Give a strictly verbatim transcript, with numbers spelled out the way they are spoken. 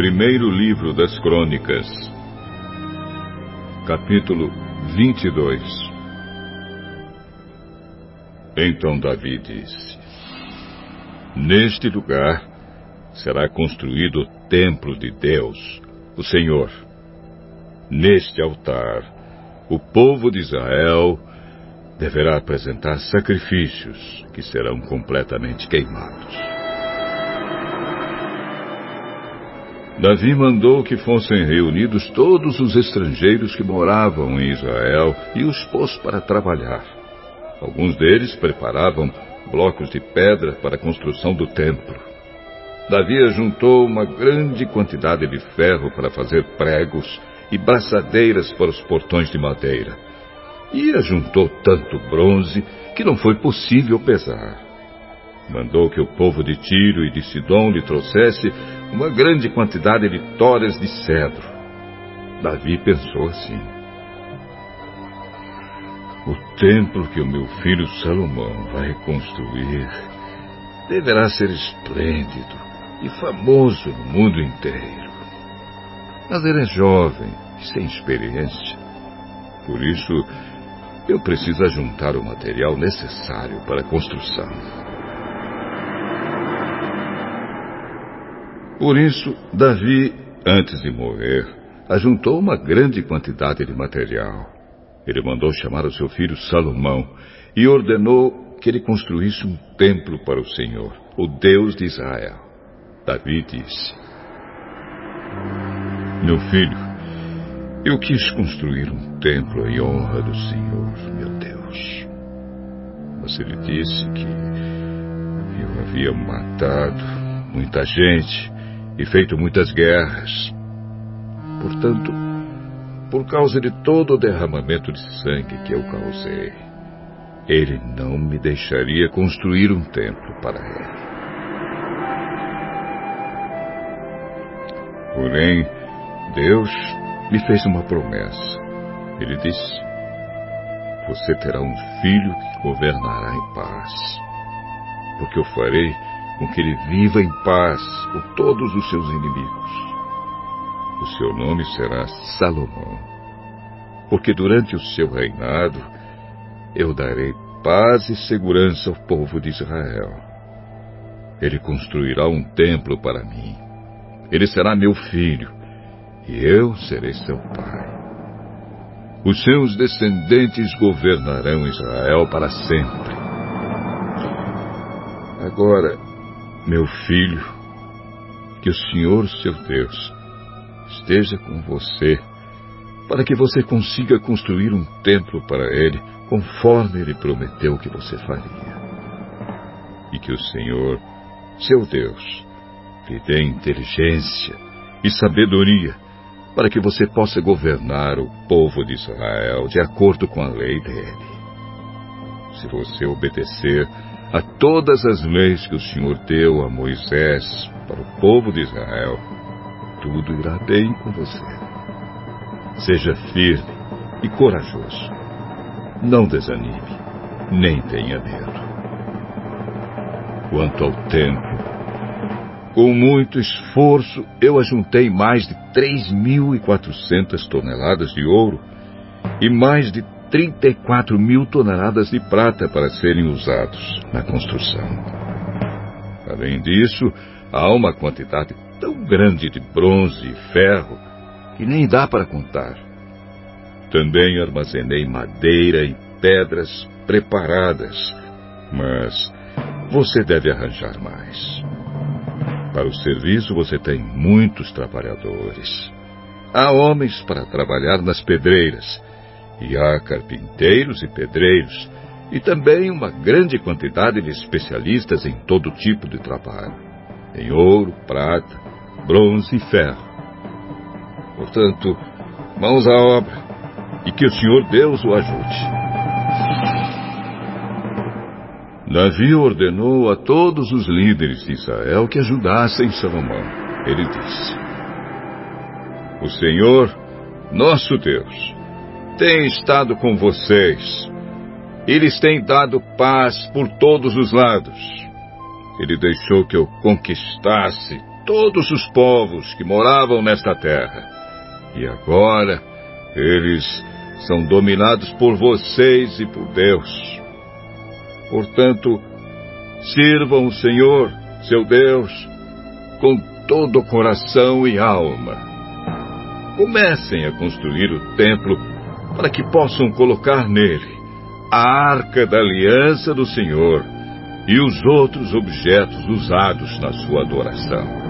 Primeiro livro das Crônicas, capítulo vinte e dois. Então Davi disse: Neste lugar será construído o templo de Deus, o Senhor. Neste altar, o povo de Israel deverá apresentar sacrifícios que serão completamente queimados. Davi mandou que fossem reunidos todos os estrangeiros que moravam em Israel e os pôs para trabalhar. Alguns deles preparavam blocos de pedra para a construção do templo. Davi ajuntou uma grande quantidade de ferro para fazer pregos e braçadeiras para os portões de madeira. E ajuntou tanto bronze que não foi possível pesar. Mandou que o povo de Tiro e de Sidom lhe trouxesse uma grande quantidade de toras de cedro. Davi pensou assim: O templo que o meu filho Salomão vai construir deverá ser esplêndido e famoso no mundo inteiro. Mas ele é jovem e sem experiência. Por isso, eu preciso ajuntar o material necessário para a construção. Por isso, Davi, antes de morrer, ajuntou uma grande quantidade de material. Ele mandou chamar o seu filho Salomão e ordenou que ele construísse um templo para o Senhor, o Deus de Israel. Davi disse: Meu filho, eu quis construir um templo em honra do Senhor, meu Deus. Mas ele disse que eu havia matado muita gente e feito muitas guerras. Portanto, por causa de todo o derramamento de sangue que eu causei, ele não me deixaria construir um templo para ele. Porém, Deus me fez uma promessa. Ele disse: Você terá um filho que governará em paz, porque eu farei com que ele viva em paz com todos os seus inimigos. O seu nome será Salomão, porque durante o seu reinado eu darei paz e segurança ao povo de Israel. Ele construirá um templo para mim. Ele será meu filho e eu serei seu pai. Os seus descendentes governarão Israel para sempre. Agora, meu filho, que o Senhor, seu Deus, esteja com você, para que você consiga construir um templo para Ele, conforme Ele prometeu que você faria. E que o Senhor, seu Deus, lhe dê inteligência e sabedoria, para que você possa governar o povo de Israel de acordo com a lei dele. Se você obedecer a todas as leis que o Senhor deu a Moisés para o povo de Israel, tudo irá bem com você. Seja firme e corajoso. Não desanime, nem tenha medo. Quanto ao templo, com muito esforço eu ajuntei mais de três mil e quatrocentas toneladas de ouro e mais de trinta e quatro mil toneladas de prata para serem usados na construção. Além disso, há uma quantidade tão grande de bronze e ferro que nem dá para contar. Também armazenei madeira e pedras preparadas, mas você deve arranjar mais. Para o serviço você tem muitos trabalhadores. Há homens para trabalhar nas pedreiras, e há carpinteiros e pedreiros, e também uma grande quantidade de especialistas em todo tipo de trabalho, em ouro, prata, bronze e ferro. Portanto, mãos à obra, e que o Senhor Deus o ajude. Davi ordenou a todos os líderes de Israel que ajudassem Salomão. Ele disse: O Senhor, nosso Deus, tem estado com vocês. Ele lhes tem dado paz por todos os lados. Ele deixou que eu conquistasse todos os povos que moravam nesta terra. E agora eles são dominados por vocês e por Deus. Portanto, sirvam o Senhor, seu Deus, com todo o coração e alma. Comecem a construir o templo para que possam colocar nele a Arca da Aliança do Senhor e os outros objetos usados na sua adoração.